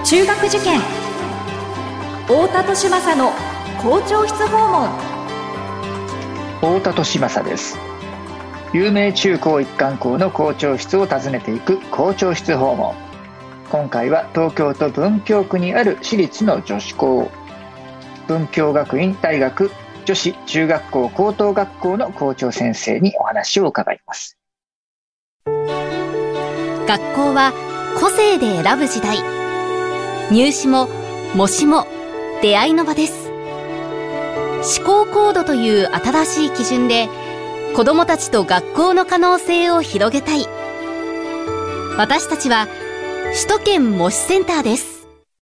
中学受験、太田利政の校長室訪問。 太田利政です。有名中高一貫校の校長室を訪ねていく校長室訪問。今回は東京都文京区にある私立の女子校、文京学院大学女子中学校高等学校の校長先生にお話を伺います。 学校は個性で選ぶ時代。入試も模試も出会いの場です。思考コードという新しい基準で子どもたちと学校の可能性を広げたい。私たちは首都圏模試センターです。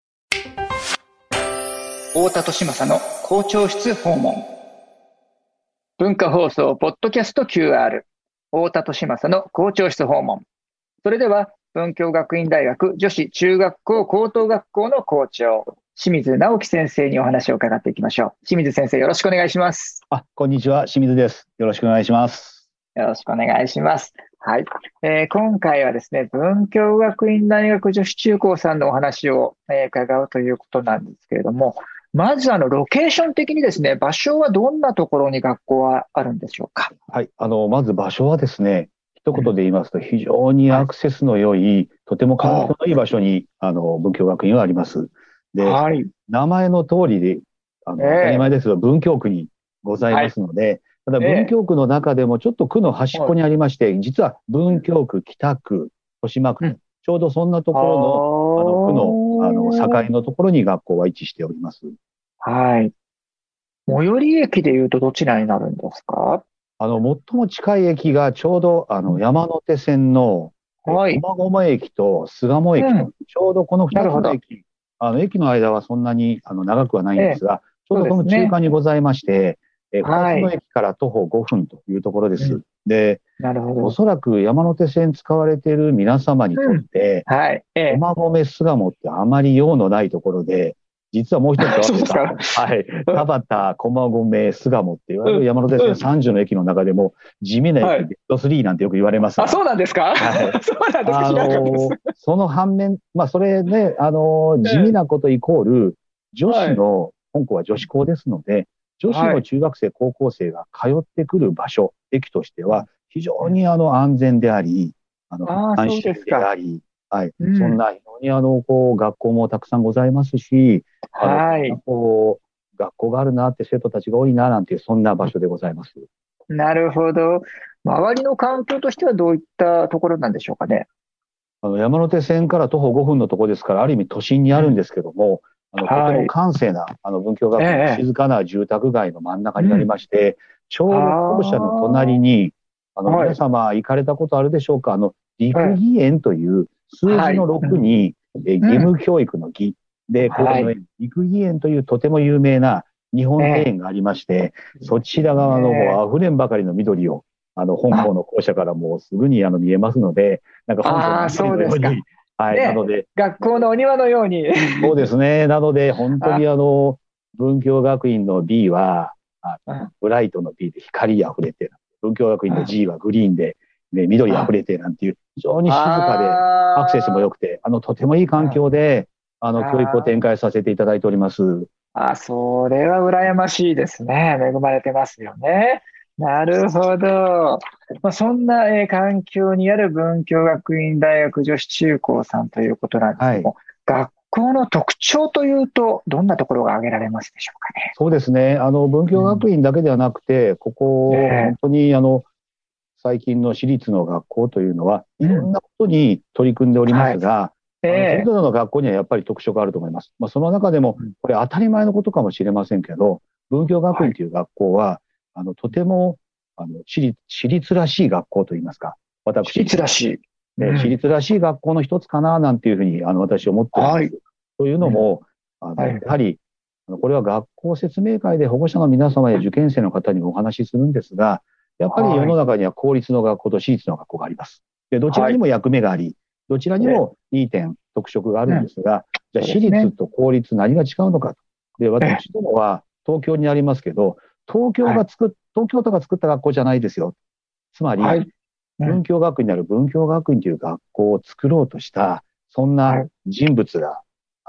太田利政の校長室訪問。文化放送ポッドキャスト QR 太田利政の校長室訪問。それでは文京学院大学女子中学校高等学校の校長、清水直樹先生にお話を伺っていきましょう。清水先生、よろしくお願いします。 こんにちは、清水です。よろしくお願いします。 よろしくお願いします。はい。今回はですね、文京学院大学女子中高さんのお話を、伺うということなんですけれども、まずロケーション的にですね、場所はどんなところに学校はあるんでしょうか？ はい。まず場所はですね、一言で言いますと、非常にアクセスの良い、とても環境のいい場所に、文京学院はあります。で、名前の通りで、当たり前ですが、文京区にございますので、ただ文京区の中でもちょっと区の端っこにありまして、実は文京区、北区、豊島区、ちょうどそんなところの、区の、境のところに学校は位置しております。 はい。最寄り駅でいうとどちらになるんですか？ 最も近い駅がちょうど、山手線の、駒込駅と巣鴨駅と、ちょうどこの2つの駅、駅の間はそんなに長くはないんですが、ちょうどこの中間にございまして、2つの駅から徒歩5分というところです。で、おそらく山手線使われている皆様にとって、駒込巣鴨ってあまり用のないところで、実はもう一つあるんですか？はい。田端、駒込、巣鴨って言われる山手線30の駅の中でも、地味な駅、ベスト3なんてよく言われますが。 そうなんですか？そうなんですか？知らなかったです。 その反面、それね、地味なことイコール、女子の、本校は女子校ですので、女子の中学生、高校生が通ってくる場所、駅としては、非常に安全であり、安心であり、はい。そんな非常に学校もたくさんございますし、学校があるなって生徒たちが多いななんていう、そんな場所でございます。 なるほど。周りの環境としてはどういったところなんでしょうかね。 山手線から徒歩5分のところですから、ある意味都心にあるんですけども、とても閑静な、文京学院、静かな住宅街の真ん中にありまして、ちょうど校舎の隣に、皆様行かれたことあるでしょうか？陸義園という数字の6に、義務教育の義で、この陸義園というとても有名な日本庭園がありまして、そちら側の溢れんばかりの緑を、本校の校舎からもうすぐに見えますので、なんか本校のように、はい、なので。 学校のお庭のように。 そうですね。なので、本当に文京学院の B は、ブライトの B で光あふれて、文京学院の G はグリーンで、緑あふれてなんていう、非常に静かで、アクセスも良くて、とてもいい環境で、教育を展開させていただいております。 それは羨ましいですね。恵まれてますよね。なるほど。そんな、環境にある文京学院大学女子中高さんということなんですけども、学校の特徴というと、どんなところが挙げられますでしょうかね。 そうですね。文京学院だけではなくて、ここ、本当に最近の私立の学校というのは、いろんなことに取り組んでおりますが、それぞれの学校にはやっぱり特徴があると思います。その中でも、これ当たり前のことかもしれませんけど、文京学院という学校は、とても、私立らしい学校といいますか、 私立らしい。 私立らしい学校の一つかな、なんていうふうに、私は思っています。というのも、やはり、これは学校説明会で保護者の皆様や受験生の方にお話しするんですが、やっぱり世の中には公立の学校と私立の学校があります。で、どちらにも役目があり、どちらにもいい点、特色があるんですが、じゃあ私立と公立何が違うのかと。で、私どもは東京にありますけど、東京都が作った学校じゃないですよ。つまり、文京学院にある文京学院という学校を作ろうとした、そんな人物が、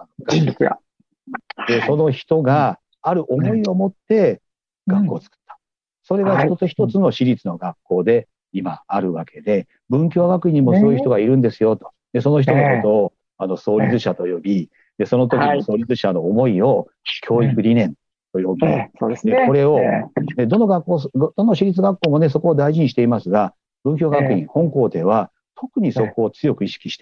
人物が。 で、その人がある思いを持って学校を作った。それが一つ一つの私立の学校で今あるわけで、文京学院にもそういう人がいるんですよと。で、その人のことを創立者と呼び、で、その時の創立者の思いを教育理念と呼び、で、これを、どの私立学校もね、そこを大事にしていますが、文京学院、本校では特にそこを強く意識して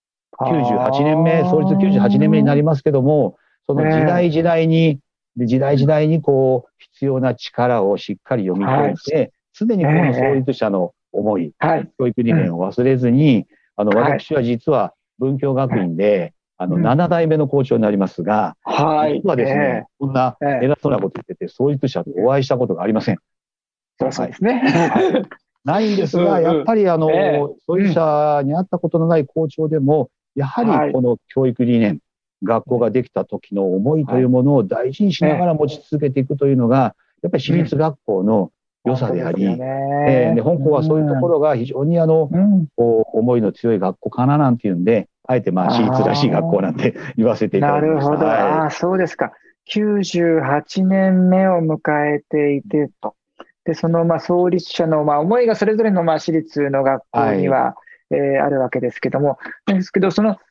、98年目、創立98年目になりますけども、その時代時代にこう、必要な力をしっかり読み取って、常にこの創立者の思い、教育理念を忘れずに、私は実は文京学院で、7代目の校長になりますが、実はですね、こんな偉そうなこと言ってて、創立者とお会いしたことがありません。 そうですね。 ないんですが、やっぱり創立者に会ったことのない校長でも、やはりこの教育理念、学校ができた時の思いというものを大事にしながら持ち続けていくというのが、やっぱり私立学校の良さであり、本校はそういうところが非常に思いの強い学校かななんていうんで、あえて私立らしい学校なんて言わせていただきました。 なるほど。ああ、そうですか。98年目を迎えていてと。で、その創立者の思いがそれぞれの私立の学校には、あるわけですけども、その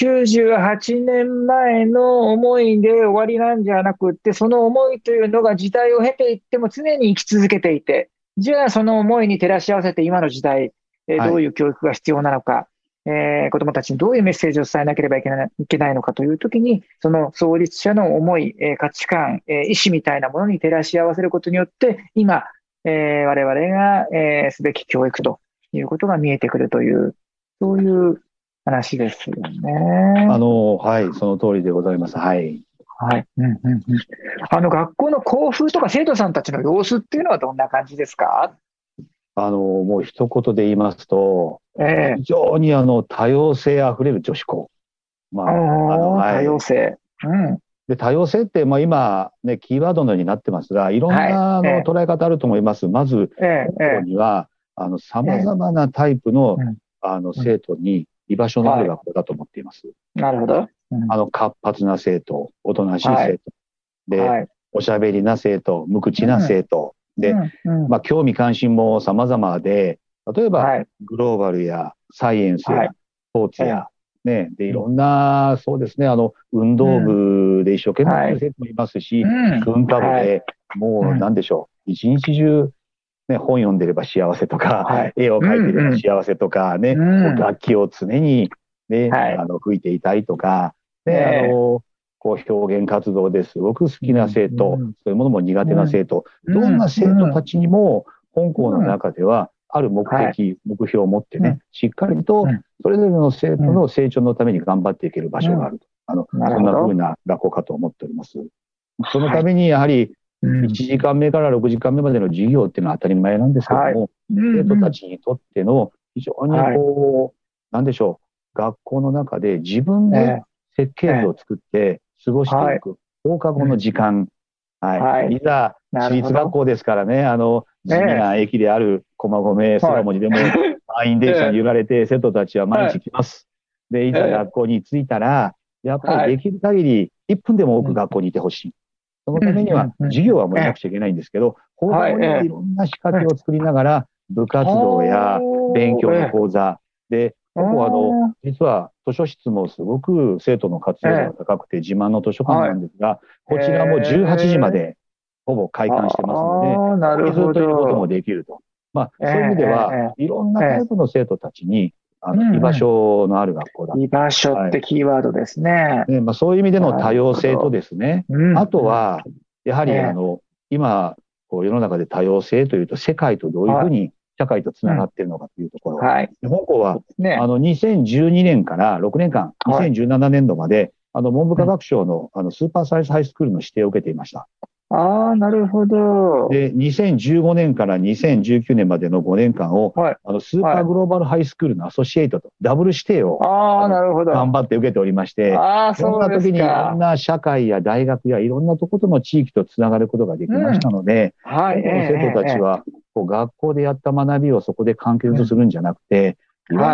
98年前の思いで終わりなんじゃなくって、その思いというのが時代を経ていっても常に生き続けていて、じゃあその思いに照らし合わせて今の時代、どういう教育が必要なのか、子どもたちにどういうメッセージを伝えなければいけないのかというときに、その創立者の思い、価値観、意思みたいなものに照らし合わせることによって、今、我々が、すべき教育ということが見えてくるという、そういう話ですよね。 はい、その通りでございます。はい。 はい。学校の校風とか生徒さんたちの様子っていうのはどんな感じですか？ もう一言で言いますと、非常に多様性あふれる女子校。 多様性。 で、多様性って、今ね、キーワードのようになってますが、いろんな捉え方あると思います。まず、本校には、様々なタイプの、生徒に居場所のある学校だと思っています。 なるほど。 活発な生徒、おとなしい生徒、で、おしゃべりな生徒、無口な生徒、で、興味関心も様々で、例えば、グローバルやサイエンスやスポーツや、ね、で、いろんな、そうですね、運動部で一生懸命やる生徒もいますし、文化部でもう何でしょう、一日中、ね、本読んでれば幸せとか、絵を描いてれば幸せとかね、楽器を常にね、吹いていたいとか、ね、こう表現活動ですごく好きな生徒、そういうものも苦手な生徒、どんな生徒たちにも本校の中ではある目的、目標を持ってね、しっかりとそれぞれの生徒の成長のために頑張っていける場所があると。そんな風な学校かと思っております。そのためにやはり1時間目から6時間目までの授業っていうのは当たり前なんですけども、生徒たちにとっての非常になんでしょう、学校の中で自分で設計図を作って過ごしていく放課後の時間。いざ、私立学校ですからね、地味な駅である駒込巣鴨にでも、満員電車に揺られて生徒たちは毎日来ます。で、いざ学校に着いたら、やっぱりできる限り1分でも多く学校にいてほしい。そのためには、授業はもうやなくちゃいけないんですけど、放課後にはいろんな仕掛けを作りながら、部活動や勉強の講座で、ここ実は図書室もすごく生徒の活用度が高くて自慢の図書館なんですが、こちらも18時までほぼ開館してますので、ずっといることもできると。そういう意味では、いろんなタイプの生徒たちに、居場所のある学校だ。 居場所ってキーワードですね。 そういう意味での多様性とですね、あとは、やはり今、世の中で多様性というと、世界とどういうふうに社会とつながっているのかというところ。本校は、2012年から6年間、2017年度まで、文部科学省のスーパーサイズハイスクールの指定を受けていました。 なるほど。 で、2015年から2019年までの5年間を、スーパーグローバルハイスクールのアソシエイトと、ダブル指定を、頑張って受けておりまして、そんな時にいろんな社会や大学やいろんなところの地域とつながることができましたので、生徒たちは、学校でやった学びをそこで完結するんじゃなくて、いわゆる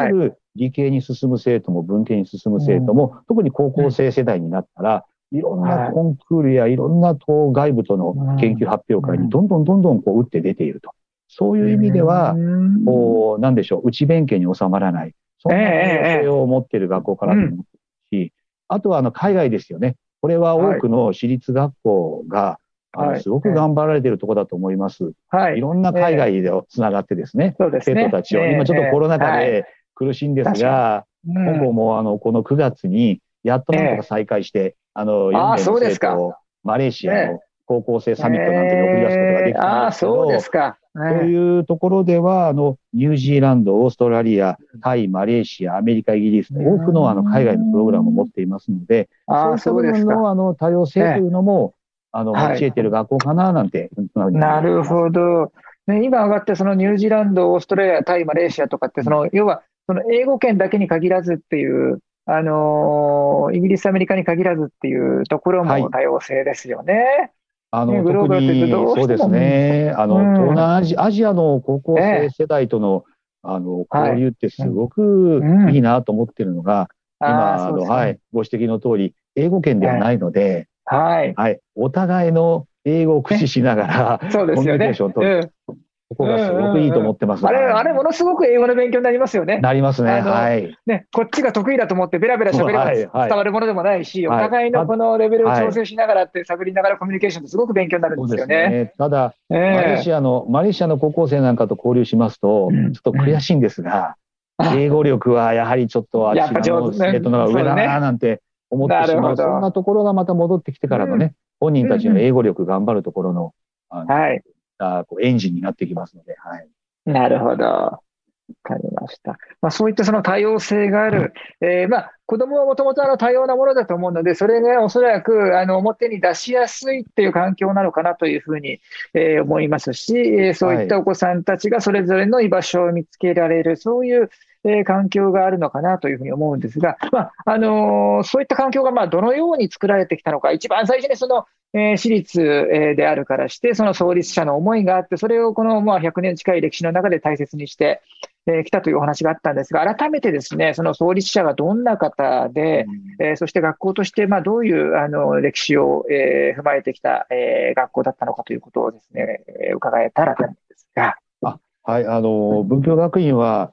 理系に進む生徒も文系に進む生徒も、特に高校生世代になったら、いろんなコンクールやいろんな外部との研究発表会にどんどんこう打って出ていると。そういう意味では、こう、なんでしょう、内弁慶に収まらない、そんな可能性を持っている学校かなと思っているし、あとは海外ですよね。これは多くの私立学校が、すごく頑張られているところだと思います。いろんな海外でつながってですね、生徒たちを、今ちょっとコロナ禍で苦しいんですが、今後もこの9月にやっとなんとか再開して、4名の生徒をマレーシアの高校生サミットなんてに送り出すことができたんですけど、そういうところでは、ニュージーランド、オーストラリア、タイ、マレーシア、アメリカ、イギリスと多くの海外のプログラムを持っていますので、そういった部分の多様性というのも、教えている学校かななんて。 なるほど。今上がってそのニュージーランド、オーストラリア、タイ、マレーシアとかって、要はその英語圏だけに限らずっていう、イギリス、アメリカに限らずっていうところも多様性ですよね。 特にそうですね。東南アジアの高校生世代との、交流ってすごくいいなと思ってるのが、今、ご指摘の通り、英語圏ではないので、お互いの英語を駆使しながら、コミュニケーションを取る。ここがすごくいいと思ってます。 あれ、ものすごく英語の勉強になりますよね。 なりますね。 こっちが得意だと思ってベラベラ喋れば伝わるものでもないし、お互いのこのレベルを調整しながらって探りながらコミュニケーションってすごく勉強になるんですよね。 ただ、マレーシアの高校生なんかと交流しますと、ちょっと悔しいんですが、英語力はやはりちょっとあっちの生徒の方が上だななんて思ってしまう。そんなところがまた戻ってきてからのね、本人たちの英語力頑張るところの、エンジンになってきますので。 なるほど。わかりました。そういったその多様性がある。子供はもともと多様なものだと思うので、それがおそらく表に出しやすいっていう環境なのかなというふうに思いますし、そういったお子さんたちがそれぞれの居場所を見つけられる、そういう環境があるのかなというふうに思うんですが、そういった環境がどのように作られてきたのか、一番最初にその私立であるからして、その創立者の思いがあって、それをこの100年近い歴史の中で大切にしてきたというお話があったんですが、改めてですね、その創立者がどんな方で、そして学校としてどういう歴史を踏まえてきた学校だったのかということをですね、伺えたらと思うんですが。 文教学院は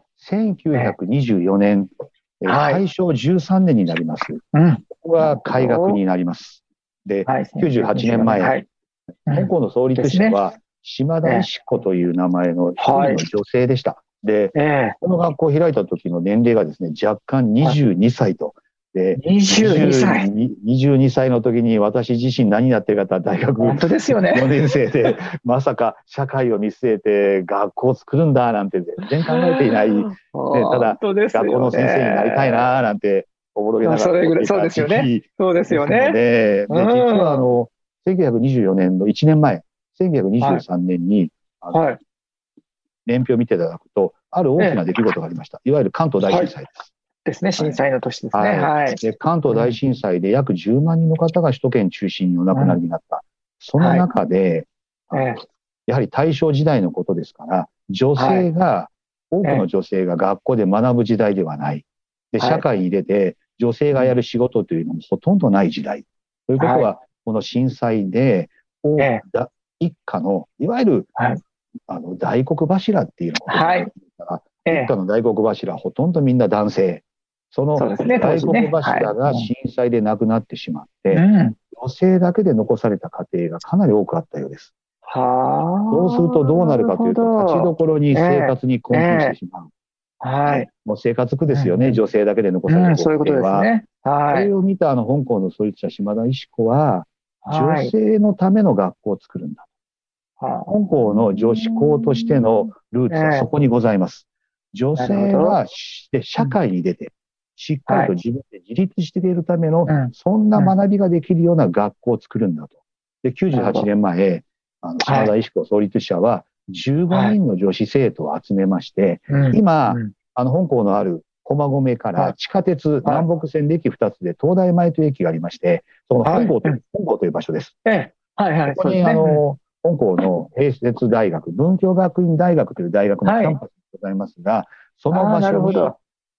1924年、大正13年になります。ここが開学になります。で、98年前、本校の創立者は島田石子という名前の一人の女性でした。で、この学校を開いた時の年齢がですね、若干22歳と。で、22歳の時に私自身何やってるかと大学4年生で、まさか社会を見据えて学校を作るんだなんて全然考えていない。ただ、学校の先生になりたいななんておもろげながら。 そうですよね。そうですよね。 で、実は1924年の1年前、1923年に、年表を見ていただくと、ある大きな出来事がありました。いわゆる関東大震災です。 ですね、震災の年ですね。 で関東大震災で約10万人の方が首都圏中心にお亡くなりになった。その中で、やはり大正時代のことですから、多くの女性が学校で学ぶ時代ではない。で、社会に出て女性がやる仕事というのもほとんどない時代。ということは、この震災で、一家の、いわゆる、大黒柱っていうのが、一家の大黒柱はほとんどみんな男性。その大黒柱が震災で亡くなってしまって、女性だけで残された家庭がかなり多くあったようです。そうするとどうなるかというと、立ちどころに生活に困窮してしまう。もう生活苦ですよね、女性だけで残された家庭は。それを見た香港の創立者、島田石子は、女性のための学校を作るんだ。香港の女子校としてのルーツはそこにございます。女性は社会に出て、しっかりと自分で自立しているための、そんな学びができるような学校を作るんだと。で、98年前、島田石子創立者は15人の女子生徒を集めまして、今、香港のある駒込から地下鉄、南北線で駅2つで東大前という駅がありまして、その本郷という場所です。ここに本校の併設大学、文教学院大学という大学のキャンパスがございますが、その場所に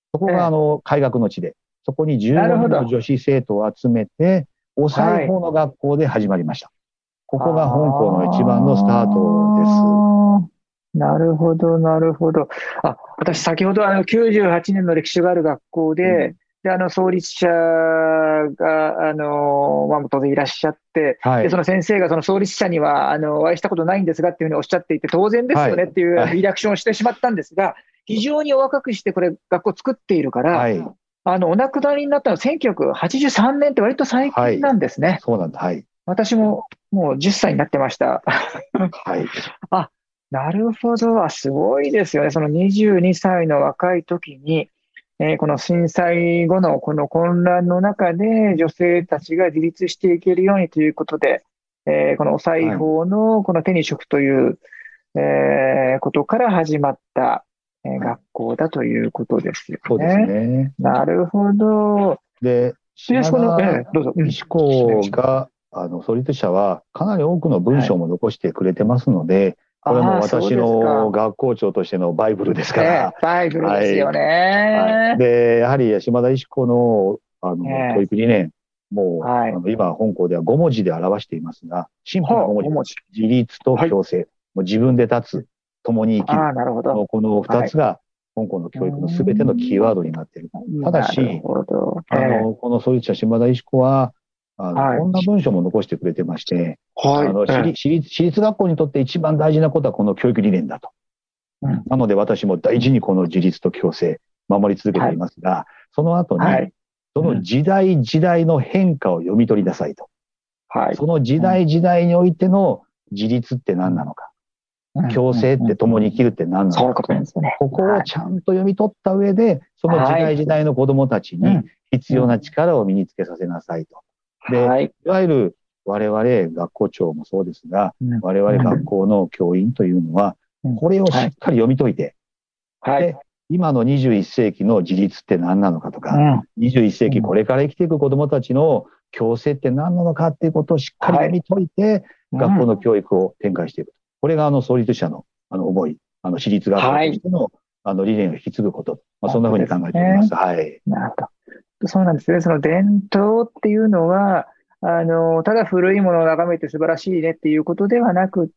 そこが開学の地で、そこに15人の女子生徒を集めて、お裁縫の学校で始まりました。ここが本校の一番のスタートです。 なるほど、なるほど。私、先ほど98年の歴史がある学校で、創立者が、当然いらっしゃって、で、その先生がその創立者には、お会いしたことないんですがっていうふうにおっしゃっていて、当然ですよねっていうリアクションをしてしまったんですが、非常にお若くしてこれ、学校作っているから、お亡くなりになったのは1983年って割と最近なんですね。 そうなんだ。 私ももう10歳になってました。なるほど。すごいですよね。その22歳の若い時に、この震災後のこの混乱の中で女性たちが自立していけるようにということで、このお裁縫のこの手に職という、ことから始まった、学校だということですよね。 そうですね。 なるほど。 で、島田石子が、創立者はかなり多くの文章も残してくれてますので、これも私の学校長としてのバイブルですから。 バイブルですよね。 で、やはり島田石子の、教育理念、もう、今、本校では5文字で表していますが、シンプルな5文字。自立と共生。もう自分で立つ、共に生きる。この2つが、本校の教育のすべてのキーワードになっている。ただし、この創立者島田石子は、こんな文章も残してくれてまして、私立学校にとって一番大事なことはこの教育理念だと。なので私も大事にこの自立と共生、守り続けていますが、その後に、その時代時代の変化を読み取りなさいと。その時代時代においての自立って何なのか。共生って共に生きるって何なのか。ここをちゃんと読み取った上で、その時代時代の子供たちに必要な力を身につけさせなさいと。で、いわゆる我々学校長もそうですが、我々学校の教員というのは、これをしっかり読み解いて、で、今の21世紀の自立って何なのかとか、21世紀これから生きていく子どもたちの共生って何なのかっていうことをしっかり読み解いて、学校の教育を展開していく。これが創立者の思い、私立学校としての理念を引き継ぐこと、そんなふうに考えております。なるほど。そうなんですね。その伝統っていうのは、ただ古いものを眺めて素晴らしいねっていうことではなくって、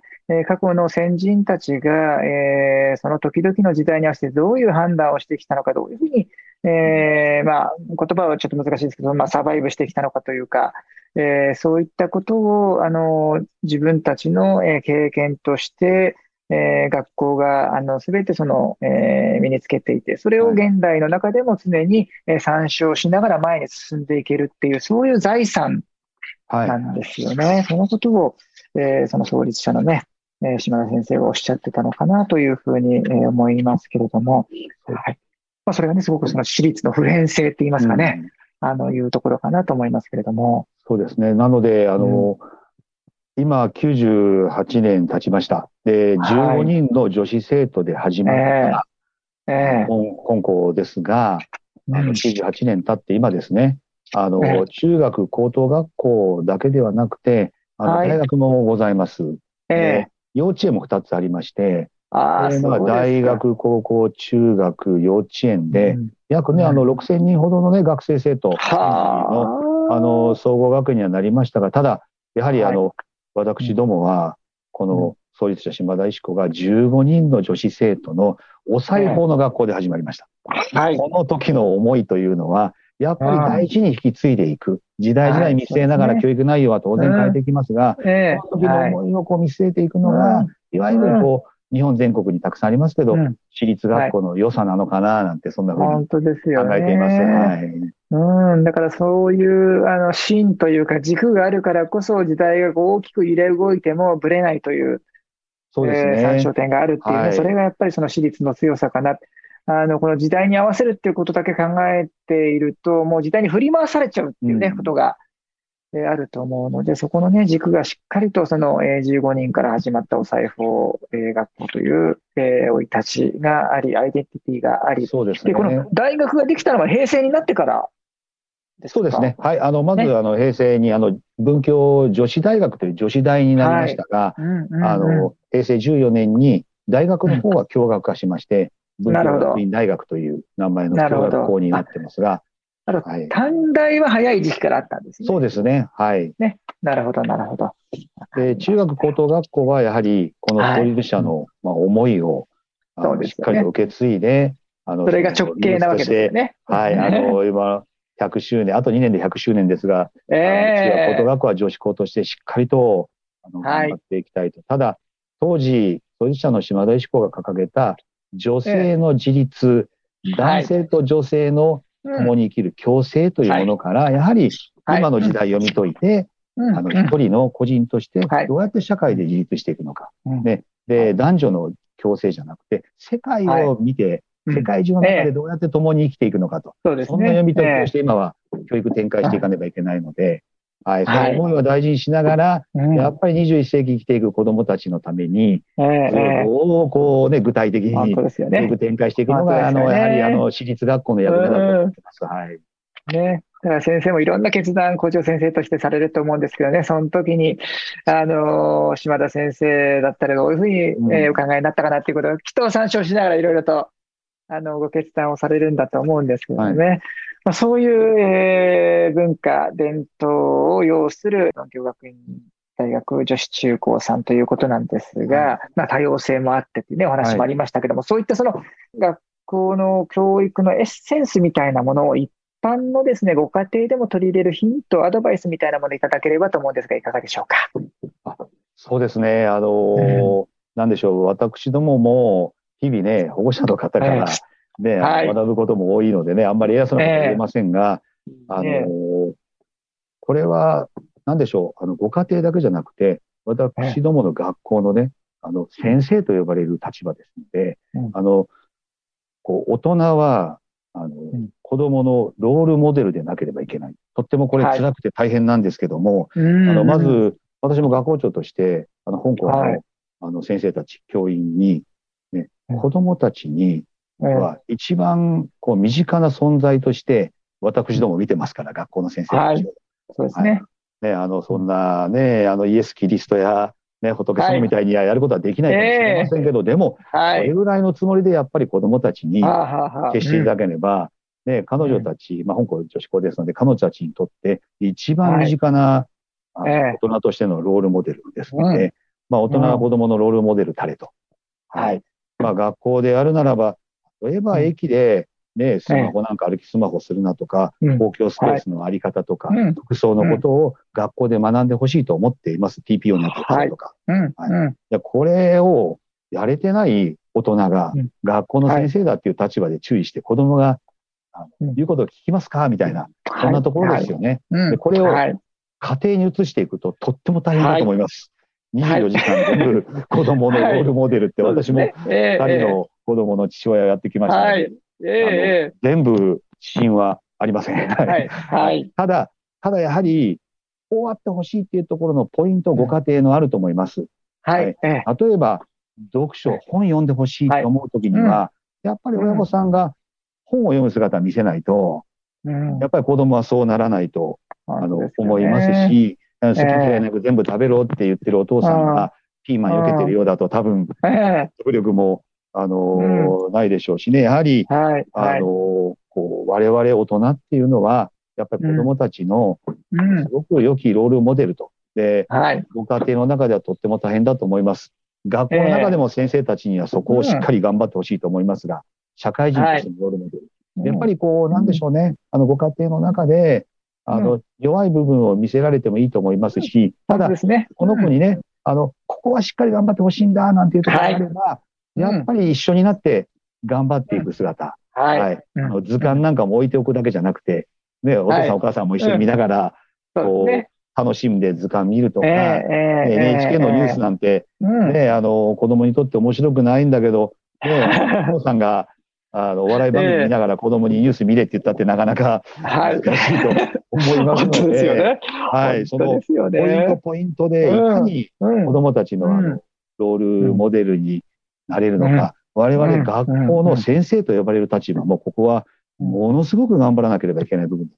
過去の先人たちが、その時々の時代に合わせてどういう判断をしてきたのか、どういうふうに、言葉はちょっと難しいですけど、サバイブしてきたのかというか、そういったことを、自分たちの、経験として、学校がすべて身につけていて、それを現代の中でも常に参照しながら前に進んでいけるっていう、そういう財産なんですよね。そのことを、その創立者のね、島田先生がおっしゃってたのかなというふうに思いますけれども、それがね、すごくその私立の普遍性って言いますかね、いうところかなと思いますけれども。 そうですね。なので、今、98年経ちました。で、15人の女子生徒で始まった本校ですが、98年経って今ですね、中学高等学校だけではなくて、大学もございます。幼稚園も2つありまして、大学、高校、中学、幼稚園で、約ね、6000人ほどのね、学生生徒の、総合学園にはなりましたが、ただ、やはり私どもは、この創立者島田石子が15人の女子生徒のお裁縫の学校で始まりました。この時の思いというのは、やっぱり大事に引き継いでいく。時代時代見据えながら教育内容は当然変えていきますが、その時の思いを見据えていくのが、いわゆる日本全国にたくさんありますけど、私立学校の良さなのかな、なんて、そんなふうに考えています。 だからそういう芯というか軸があるからこそ時代が大きく揺れ動いてもぶれないという参照点があるっていうね、それがやっぱりその私立の強さかな。この時代に合わせるっていうことだけ考えていると、もう時代に振り回されちゃうっていうね、ことがあると思うので、そこのね、軸がしっかりとその15人から始まったお裁縫学校という生い立ちがあり、アイデンティティがあり、 そうですね。 で、この大学ができたのは平成になってからですか？ そうですね。はい。まず、平成に、文教女子大学という女子大になりましたが、平成14年に大学の方は共学化しまして、 文京学院大学という名前の小学校になってますが、 はい、短大は早い時期からあったんですね。 そうですね。はい。 ね。なるほど、なるほど。 で、中学高等学校はやはり、この創立者の、思いを、しっかりと受け継いで、 それが直系なわけですよね。 はい。今、100周年、あと2年で100周年ですが、中学高等学校は女子校としてしっかりと、頑張っていきたいと。ただ、当時、創立者の島田石子が掲げた、女性の自立、男性と女性の共に生きる共生というものから、やはり今の時代読み解いて、一人の個人としてどうやって社会で自立していくのか。で、男女の共生じゃなくて、世界を見て、世界中の中でどうやって共に生きていくのかと。そんな読み解きをして今は教育展開していかねばいけないので、はい、その思いを大事にしながら、やっぱり21世紀生きていく子供たちのために、どうこうね、具体的に教育展開していくのが、やはり私立学校の役目だと思ってます。はい。 ね。だから先生もいろんな決断、校長先生としてされると思うんですけどね、その時に、島田先生だったらどういうふうに、お考えになったかなっていうことを、きっと参照しながらいろいろと、ご決断をされるんだと思うんですけどね。そういう、文化、伝統を要する文京学院大学女子中高さんということなんですが、多様性もあってっていうね、お話もありましたけども、そういったその学校の教育のエッセンスみたいなものを一般のですね、ご家庭でも取り入れるヒント、アドバイスみたいなものをいただければと思うんですが、いかがでしょうか。 そうですね。なんでしょう。私どもも日々ね、保護者の方からね、学ぶことも多いのでね、あんまり偉そうなことは言えませんが、これは、なんでしょう。ご家庭だけじゃなくて、私どもの学校のね、先生と呼ばれる立場ですので、大人は、子供のロールモデルでなければいけない。とってもこれ辛くて大変なんですけども、まず、私も学校長として、本校の、先生たち、教員に、ね、子供たちに、は一番、身近な存在として、私ども見てますから、学校の先生たちを。 そうですね。 ね、そんなね、イエス・キリストや、ね、仏様みたいにやることはできないかもしれませんけど、でも、それぐらいのつもりでやっぱり子供たちに接していただければ、ね、彼女たち、本校女子校ですので、彼女たちにとって一番身近な、大人としてのロールモデルですので、大人は子供のロールモデルたれと。はい。学校でやるならば、例えば駅で、ね、スマホなんか歩きスマホするなとか、公共スペースのあり方とか、服装のことを学校で学んでほしいと思っています。TPO になってるとか。これをやれてない大人が、学校の先生だっていう立場で注意して、子供が言うことを聞きますかみたいな、そんなところですよね。でこれを家庭に移していくととっても大変だと思います。24時間全部子供のロールモデルって私も2人の子供の父親をやってきましたので、全部自信はありません。ただやはり、こうあってほしいっていうところのポイント、ご家庭のあると思います。例えば、読書、本読んでほしいと思うときには、やっぱり親御さんが本を読む姿を見せないと、やっぱり子供はそうならないと思いますし、好き嫌いなく全部食べろって言ってるお父さんがピーマン避けてるようだと多分、迫力も、ないでしょうしね。やはり、我々大人っていうのは、やっぱり子供たちのすごく良きロールモデルと。で、ご家庭の中ではとっても大変だと思います。学校の中でも先生たちにはそこをしっかり頑張ってほしいと思いますが、社会人としてのロールモデル。やっぱりなんでしょうね。ご家庭の中で、弱い部分を見せられてもいいと思いますし、ただ、この子にね、ここはしっかり頑張ってほしいんだ、なんていうところがあれば、やっぱり一緒になって頑張っていく姿。図鑑なんかも置いておくだけじゃなくて、ね、お父さんお母さんも一緒に見ながら、楽しんで図鑑見るとか、NHK のニュースなんて、ね、子供にとって面白くないんだけど、ね、お父さんが、お笑い番組見ながら子供にニュース見れって言ったってなかなか難しいと思いますので、そのポイントでいかに子供たちのロールモデルになれるのか、我々学校の先生と呼ばれる立場も、ここはものすごく頑張らなければいけない部分です。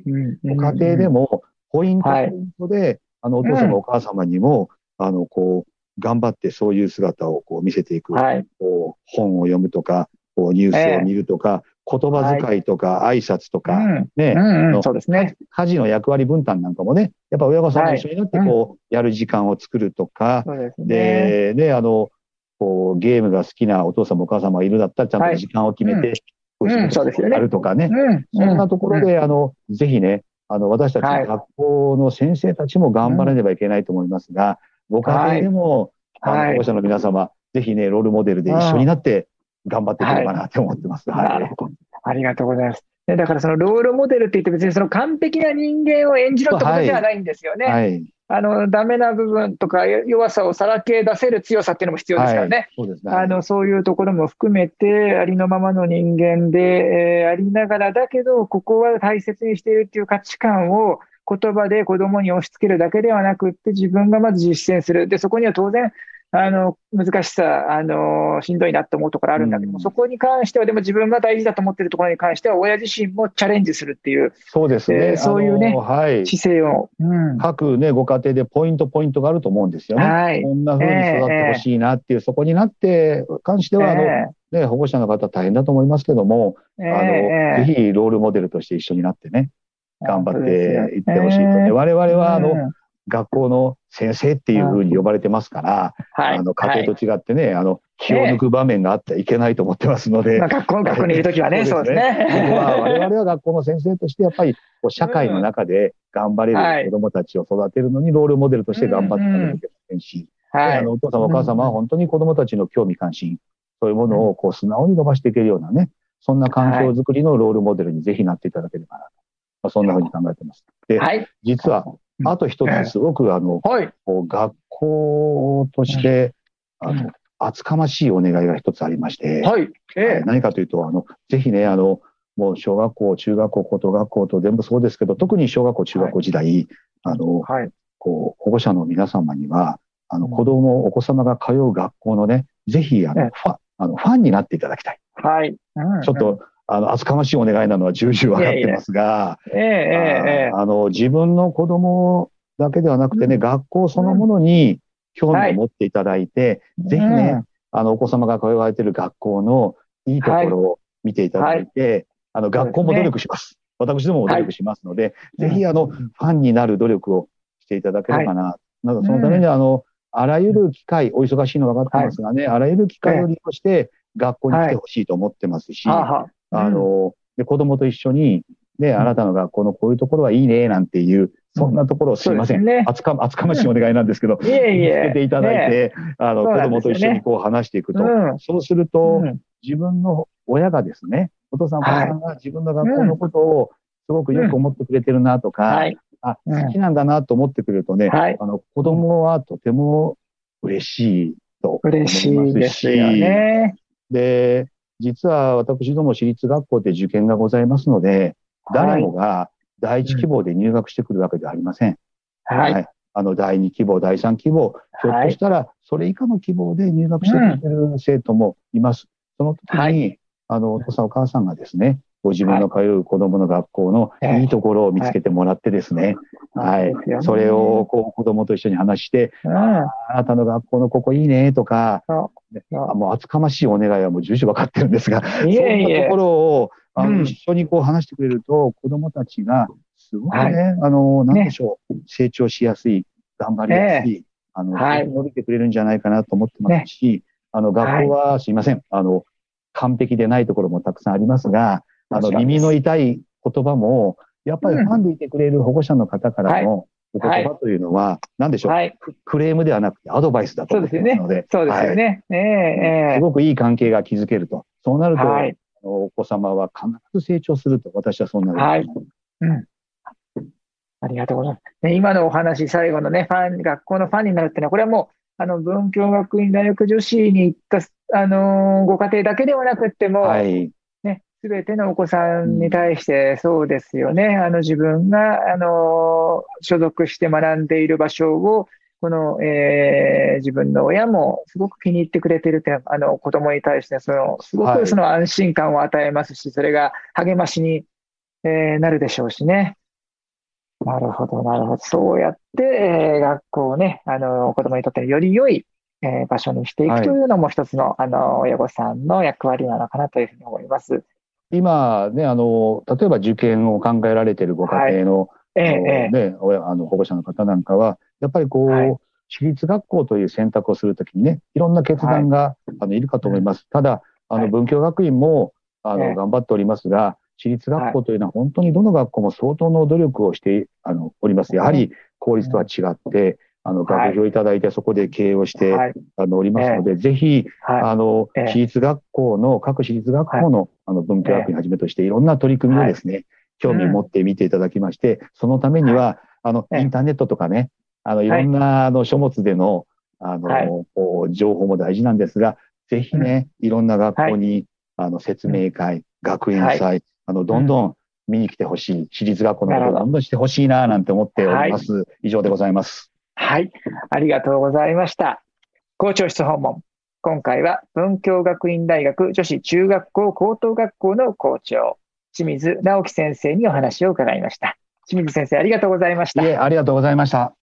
ご家庭でもポイントで、お父様お母様にも、頑張ってそういう姿を見せていく、本を読むとか、 こうニュースを見るとか、言葉遣いとか挨拶とか、ね、 そうですね。 家事の役割分担なんかもね、やっぱ親御さんと一緒になってこう、やる時間を作るとか、で、ね、こう、ゲームが好きなお父様お母様がいるだったら、ちゃんと時間を決めて、やるとかね。そんなところで、ぜひね、私たち学校の先生たちも頑張らねばいけないと思いますが、ご家庭でも、保護者の皆様、ぜひね、ロールモデルで一緒になって頑張っていければなと思ってます。 なるほど。ありがとうございます。だからそのロールモデルって言って別にその完璧な人間を演じろってことではないんですよね。ダメな部分とか弱さをさらけ出せる強さっていうのも必要ですからね。そういうところも含めてありのままの人間で、ありながら、だけどここは大切にしているっていう価値観を言葉で子供に押し付けるだけではなくって自分がまず実践する。で、そこには当然難しさ、しんどいなと思うところあるんだけども、そこに関しては、でも自分が大事だと思っているところに関しては、親自身もチャレンジするっていう、 そうですね。 そういうね、姿勢を。 各ね、ご家庭でポイントがあると思うんですよね。こんな風に育ってほしいなっていう、そこになって関しては、ね、保護者の方大変だと思いますけども、ぜひロールモデルとして一緒になってね、頑張っていってほしいとね。我々は、学校の先生っていう風に呼ばれてますから、家庭と違ってね、気を抜く場面があってはいけないと思ってますので。 学校にいるときはね、そうですね。 我々は学校の先生として、やっぱり、社会の中で頑張れる子供たちを育てるのに、ロールモデルとして頑張っていかなきゃいけませんし、お父様お母様は本当に子供たちの興味関心、そういうものをこう素直に伸ばしていけるようなね、そんな環境づくりのロールモデルにぜひなっていただければなと、そんな風に考えています。で、実は、あと一つ、すごく、学校として、厚かましいお願いが一つありまして、何かというと、ぜひね、もう小学校、中学校、高等学校と全部そうですけど、特に小学校、中学校時代、保護者の皆様には、お子様が通う学校のね、ぜひ、ファンになっていただきたい。ちょっと、厚かましいお願いなのは重々分かってますが、自分の子供だけではなくてね、学校そのものに興味を持っていただいて、ぜひね、お子様が通われている学校のいいところを見ていただいて、学校も努力します。私どもも努力しますので、ぜひファンになる努力をしていただければな。そのためにあらゆる機会、お忙しいの分かってますがね、あらゆる機会を利用して学校に来てほしいと思ってますし、で、子供と一緒に、ね、あなたの学校のこういうところはいいね、なんていう、そんなところをすいません。厚かましいお願いなんですけど、見つけていただいて、子供と一緒にこう話していくと。そうすると、自分の親がですね、お父さんお母さんが自分の学校のことをすごくよく思ってくれてるなとか、好きなんだなと思ってくれるとね、子供はとても嬉しいと思いますし。嬉しいですよね。で、実は私ども私立学校って受験がございますので、誰もが第一希望で入学してくるわけではありません。第二希望、第三希望、ひょっとしたらそれ以下の希望で入学してくれる生徒もいます。その時に、お父さんお母さんがですね、ご自分の通う子供の学校のいいところを見つけてもらってですね、それをこう子供と一緒に話して、あなたの学校のここいいねとか、もう厚かましいお願いはもう重々分かってるんですが、そういったところを一緒にこう話してくれると、子供たちがすごくね、なんでしょう、成長しやすい、頑張りやすい、伸びてくれるんじゃないかなと思ってますし、学校はすいません、完璧でないところもたくさんありますが、耳の痛い言葉も、やっぱりファンでいてくれる保護者の方からのお言葉というのは、何でしょう、クレームではなくてアドバイスだと思ってますので、 そうですよね。 すごくいい関係が築けると。そうなると、お子様は必ず成長すると、私はそんなふうに思います。 ありがとうございます。今のお話、最後のね、学校のファンになるっていうのは、これはもう、文京学院大学女子に行った、ご家庭だけではなくっても、すべてのお子さんに対してそうですよね。自分が、所属して学んでいる場所を、自分の親もすごく気に入ってくれているという、子供に対して、すごくその安心感を与えますし、それが励ましに、なるでしょうしね。なるほど、なるほど。そうやって、学校をね、子供にとってより良い、 場所にしていくというのも一つの、親御さんの役割なのかなというふうに思います。 今ね、例えば受験を考えられているご家庭の、保護者の方なんかは、やっぱり私立学校という選択をするときにね、いろんな決断が、いるかと思います。ただ、文教学院も、頑張っておりますが、私立学校というのは本当にどの学校も相当の努力をしております。やはり公立とは違って、学費をいただいてそこで経営をしておりますので、ぜひ、私立学校の、各私立学校の文教学院をはじめとしていろんな取り組みをですね、興味を持って見ていただきまして、そのためには、インターネットとかね、いろんな書物での、情報も大事なんですが、ぜひね、いろんな学校に、説明会、学園祭、どんどん見に来てほしい、私立学校のことをどんどんしてほしいな、なんて思っております。以上でございます。 はい、ありがとうございました。校長室訪問。今回は文教学院大学女子中学校高等学校の校長、清水直樹先生にお話を伺いました。清水先生、ありがとうございました。 いえ、ありがとうございました。